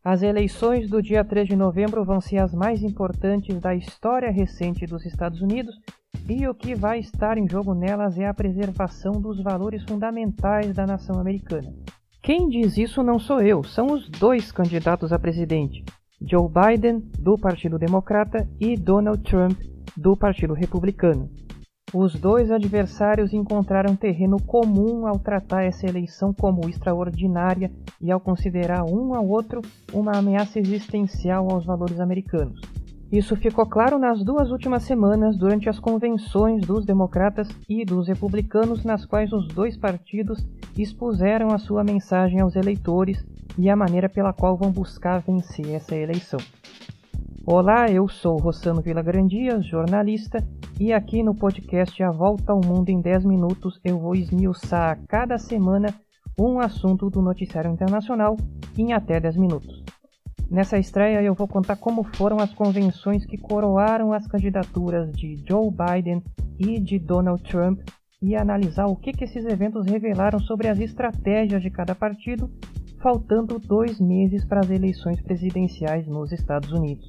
As eleições do dia 3 de novembro vão ser as mais importantes da história recente dos Estados Unidos e o que vai estar em jogo nelas é a preservação dos valores fundamentais da nação americana. Quem diz isso não sou eu, são os dois candidatos a presidente, Joe Biden, do Partido Democrata, e Donald Trump, do Partido Republicano. Os dois adversários encontraram terreno comum ao tratar essa eleição como extraordinária e ao considerar um ao outro uma ameaça existencial aos valores americanos. Isso ficou claro nas 2 últimas semanas durante as convenções dos democratas e dos republicanos, nas quais os dois partidos expuseram a sua mensagem aos eleitores e a maneira pela qual vão buscar vencer essa eleição. Olá, eu sou Rossano Villagrandias, jornalista, e aqui no podcast A Volta ao Mundo em 10 Minutos eu vou esmiuçar a cada semana um assunto do noticiário internacional em até 10 minutos. Nessa estreia eu vou contar como foram as convenções que coroaram as candidaturas de Joe Biden e de Donald Trump e analisar o que esses eventos revelaram sobre as estratégias de cada partido, faltando 2 meses para as eleições presidenciais nos Estados Unidos.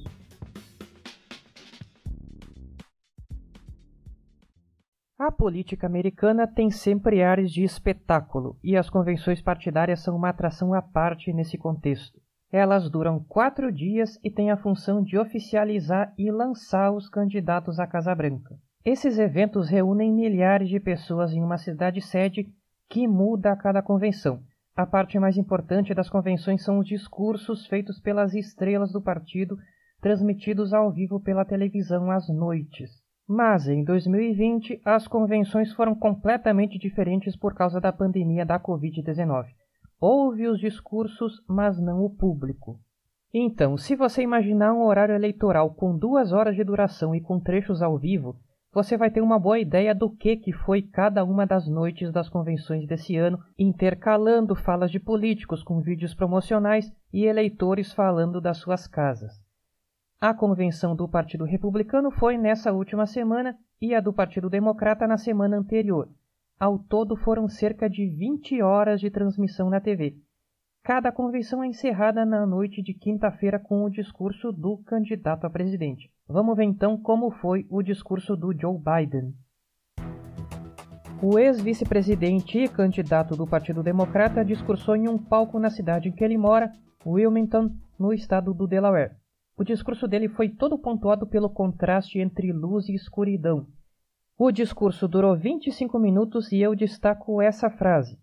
A política americana tem sempre ares de espetáculo, e as convenções partidárias são uma atração à parte nesse contexto. Elas duram 4 dias e têm a função de oficializar e lançar os candidatos à Casa Branca. Esses eventos reúnem milhares de pessoas em uma cidade-sede que muda a cada convenção. A parte mais importante das convenções são os discursos feitos pelas estrelas do partido, transmitidos ao vivo pela televisão às noites. Mas, em 2020, as convenções foram completamente diferentes por causa da pandemia da Covid-19. Houve os discursos, mas não o público. Então, se você imaginar um horário eleitoral com 2 horas de duração e com trechos ao vivo, você vai ter uma boa ideia do que foi cada uma das noites das convenções desse ano, intercalando falas de políticos com vídeos promocionais e eleitores falando das suas casas. A convenção do Partido Republicano foi nessa última semana e a do Partido Democrata na semana anterior. Ao todo foram cerca de 20 horas de transmissão na TV. Cada convenção é encerrada na noite de quinta-feira com o discurso do candidato a presidente. Vamos ver então como foi o discurso do Joe Biden. O ex-vice-presidente e candidato do Partido Democrata discursou em um palco na cidade em que ele mora, Wilmington, no estado do Delaware. O discurso dele foi todo pontuado pelo contraste entre luz e escuridão. O discurso durou 25 minutos e eu destaco essa frase.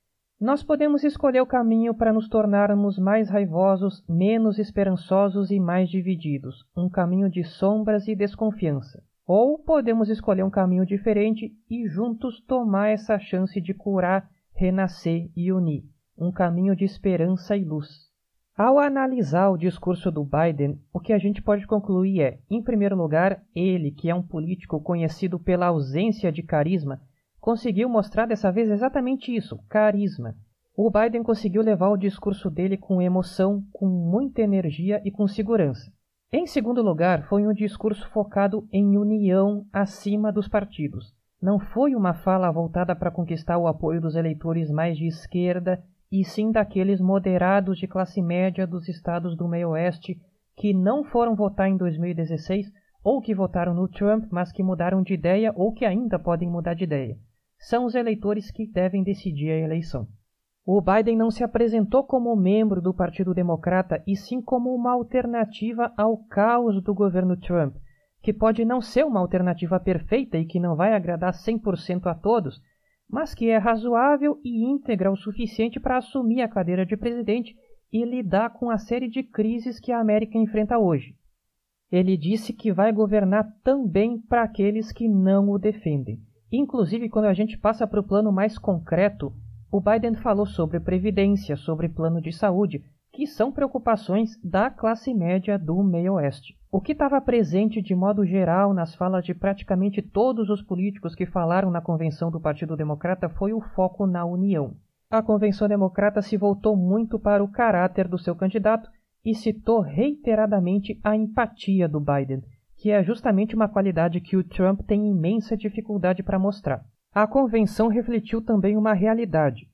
Nós podemos escolher o caminho para nos tornarmos mais raivosos, menos esperançosos e mais divididos, um caminho de sombras e desconfiança. Ou podemos escolher um caminho diferente e juntos tomar essa chance de curar, renascer e unir, um caminho de esperança e luz. Ao analisar o discurso do Biden, o que a gente pode concluir é, em primeiro lugar, ele, que é um político conhecido pela ausência de carisma, conseguiu mostrar dessa vez exatamente isso, carisma. O Biden conseguiu levar o discurso dele com emoção, com muita energia e com segurança. Em segundo lugar, foi um discurso focado em união acima dos partidos. Não foi uma fala voltada para conquistar o apoio dos eleitores mais de esquerda, e sim daqueles moderados de classe média dos estados do meio-oeste que não foram votar em 2016 ou que votaram no Trump, mas que mudaram de ideia ou que ainda podem mudar de ideia. São os eleitores que devem decidir a eleição. O Biden não se apresentou como membro do Partido Democrata e sim como uma alternativa ao caos do governo Trump, que pode não ser uma alternativa perfeita e que não vai agradar 100% a todos, mas que é razoável e íntegra o suficiente para assumir a cadeira de presidente e lidar com a série de crises que a América enfrenta hoje. Ele disse que vai governar também para aqueles que não o defendem. Inclusive, quando a gente passa para o plano mais concreto, o Biden falou sobre previdência, sobre plano de saúde, que são preocupações da classe média do meio-oeste. O que estava presente de modo geral nas falas de praticamente todos os políticos que falaram na convenção do Partido Democrata foi o foco na união. A convenção democrata se voltou muito para o caráter do seu candidato e citou reiteradamente a empatia do Biden, que é justamente uma qualidade que o Trump tem imensa dificuldade para mostrar. A convenção refletiu também uma realidade.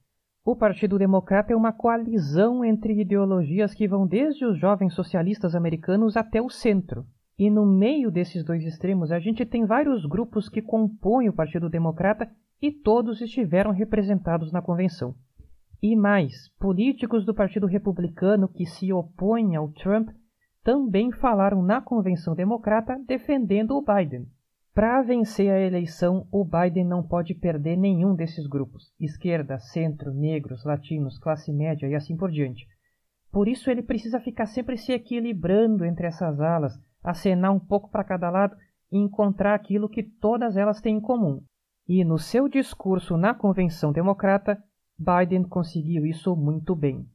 O Partido Democrata é uma coalizão entre ideologias que vão desde os jovens socialistas americanos até o centro. E no meio desses dois extremos a gente tem vários grupos que compõem o Partido Democrata e todos estiveram representados na convenção. E mais, políticos do Partido Republicano que se opõem ao Trump também falaram na convenção democrata defendendo o Biden. Para vencer a eleição, o Biden não pode perder nenhum desses grupos, esquerda, centro, negros, latinos, classe média e assim por diante. Por isso ele precisa ficar sempre se equilibrando entre essas alas, acenar um pouco para cada lado e encontrar aquilo que todas elas têm em comum. E no seu discurso na convenção democrata, Biden conseguiu isso muito bem.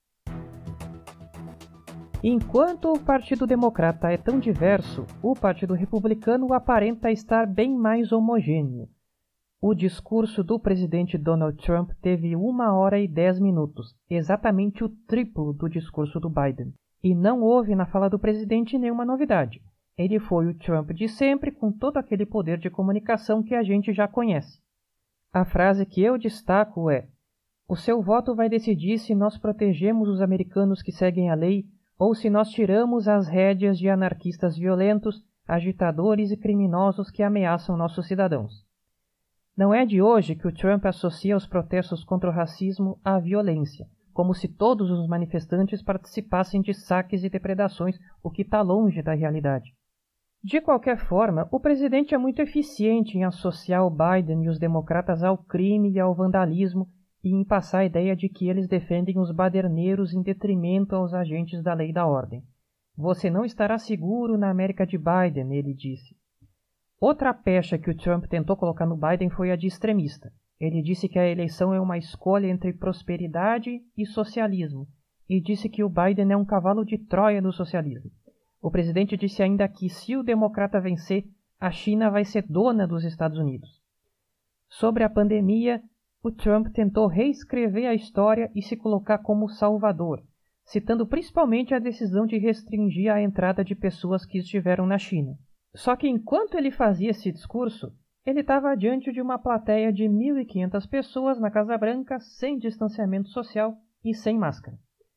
Enquanto o Partido Democrata é tão diverso, o Partido Republicano aparenta estar bem mais homogêneo. O discurso do presidente Donald Trump teve 1 hora e 10 minutos, exatamente o triplo do discurso do Biden. E não houve na fala do presidente nenhuma novidade. Ele foi o Trump de sempre, com todo aquele poder de comunicação que a gente já conhece. A frase que eu destaco é: "O seu voto vai decidir se nós protegemos os americanos que seguem a lei ou se nós tiramos as rédeas de anarquistas violentos, agitadores e criminosos que ameaçam nossos cidadãos." Não é de hoje que o Trump associa os protestos contra o racismo à violência, como se todos os manifestantes participassem de saques e depredações, o que está longe da realidade. De qualquer forma, o presidente é muito eficiente em associar o Biden e os democratas ao crime e ao vandalismo e em passar a ideia de que eles defendem os baderneiros em detrimento aos agentes da lei e da ordem. "Você não estará seguro na América de Biden", ele disse. Outra pecha que o Trump tentou colocar no Biden foi a de extremista. Ele disse que a eleição é uma escolha entre prosperidade e socialismo, e disse que o Biden é um cavalo de Troia do socialismo. O presidente disse ainda que, se o democrata vencer, a China vai ser dona dos Estados Unidos. Sobre a pandemia, o Trump tentou reescrever a história e se colocar como salvador, citando principalmente a decisão de restringir a entrada de pessoas que estiveram na China. Só que enquanto ele fazia esse discurso, ele estava diante de uma plateia de 1.500 pessoas na Casa Branca, sem distanciamento social e sem máscara.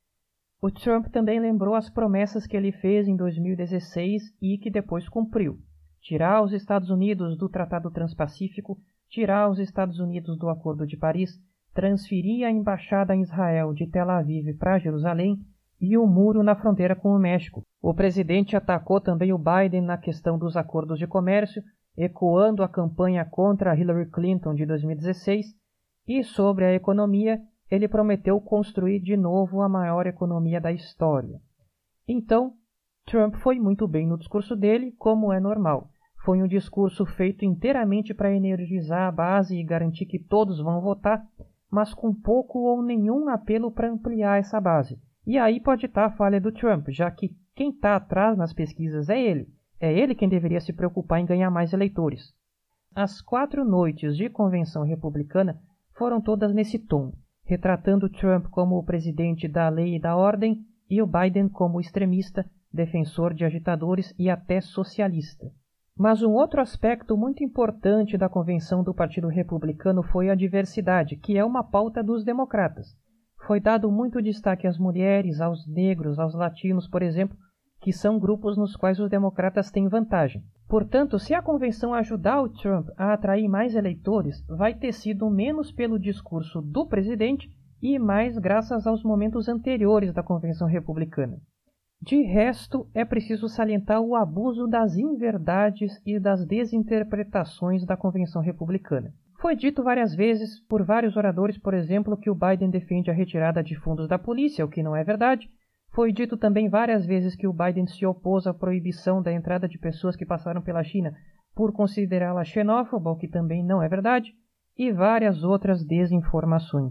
O Trump também lembrou as promessas que ele fez em 2016 e que depois cumpriu: tirar os Estados Unidos do Tratado Transpacífico, tirar os Estados Unidos do Acordo de Paris, transferir a embaixada em Israel de Tel Aviv para Jerusalém e o muro na fronteira com o México. O presidente atacou também o Biden na questão dos acordos de comércio, ecoando a campanha contra Hillary Clinton de 2016, e sobre a economia, ele prometeu construir de novo a maior economia da história. Então, Trump foi muito bem no discurso dele, como é normal. Foi um discurso feito inteiramente para energizar a base e garantir que todos vão votar, mas com pouco ou nenhum apelo para ampliar essa base. E aí pode estar a falha do Trump, já que quem está atrás nas pesquisas é ele. É ele quem deveria se preocupar em ganhar mais eleitores. As 4 noites de convenção republicana foram todas nesse tom, retratando Trump como o presidente da lei e da ordem e o Biden como extremista, defensor de agitadores e até socialista. Mas um outro aspecto muito importante da convenção do Partido Republicano foi a diversidade, que é uma pauta dos democratas. Foi dado muito destaque às mulheres, aos negros, aos latinos, por exemplo, que são grupos nos quais os democratas têm vantagem. Portanto, se a convenção ajudar o Trump a atrair mais eleitores, vai ter sido menos pelo discurso do presidente e mais graças aos momentos anteriores da convenção republicana. De resto, é preciso salientar o abuso das inverdades e das desinterpretações da convenção republicana. Foi dito várias vezes por vários oradores, por exemplo, que o Biden defende a retirada de fundos da polícia, o que não é verdade. Foi dito também várias vezes que o Biden se opôs à proibição da entrada de pessoas que passaram pela China por considerá-la xenófoba, o que também não é verdade, e várias outras desinformações.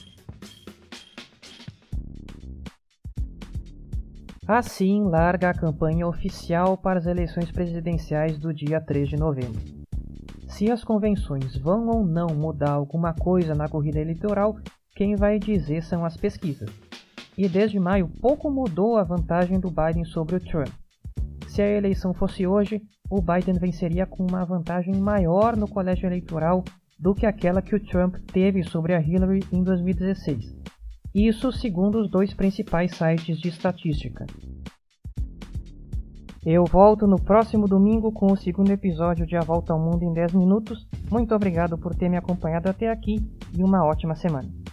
Assim, larga a campanha oficial para as eleições presidenciais do dia 3 de novembro. Se as convenções vão ou não mudar alguma coisa na corrida eleitoral, quem vai dizer são as pesquisas. E desde maio pouco mudou a vantagem do Biden sobre o Trump. Se a eleição fosse hoje, o Biden venceria com uma vantagem maior no colégio eleitoral do que aquela que o Trump teve sobre a Hillary em 2016. Isso segundo os dois principais sites de estatística. Eu volto no próximo domingo com o segundo episódio de A Volta ao Mundo em 10 Minutos. Muito obrigado por ter me acompanhado até aqui e uma ótima semana.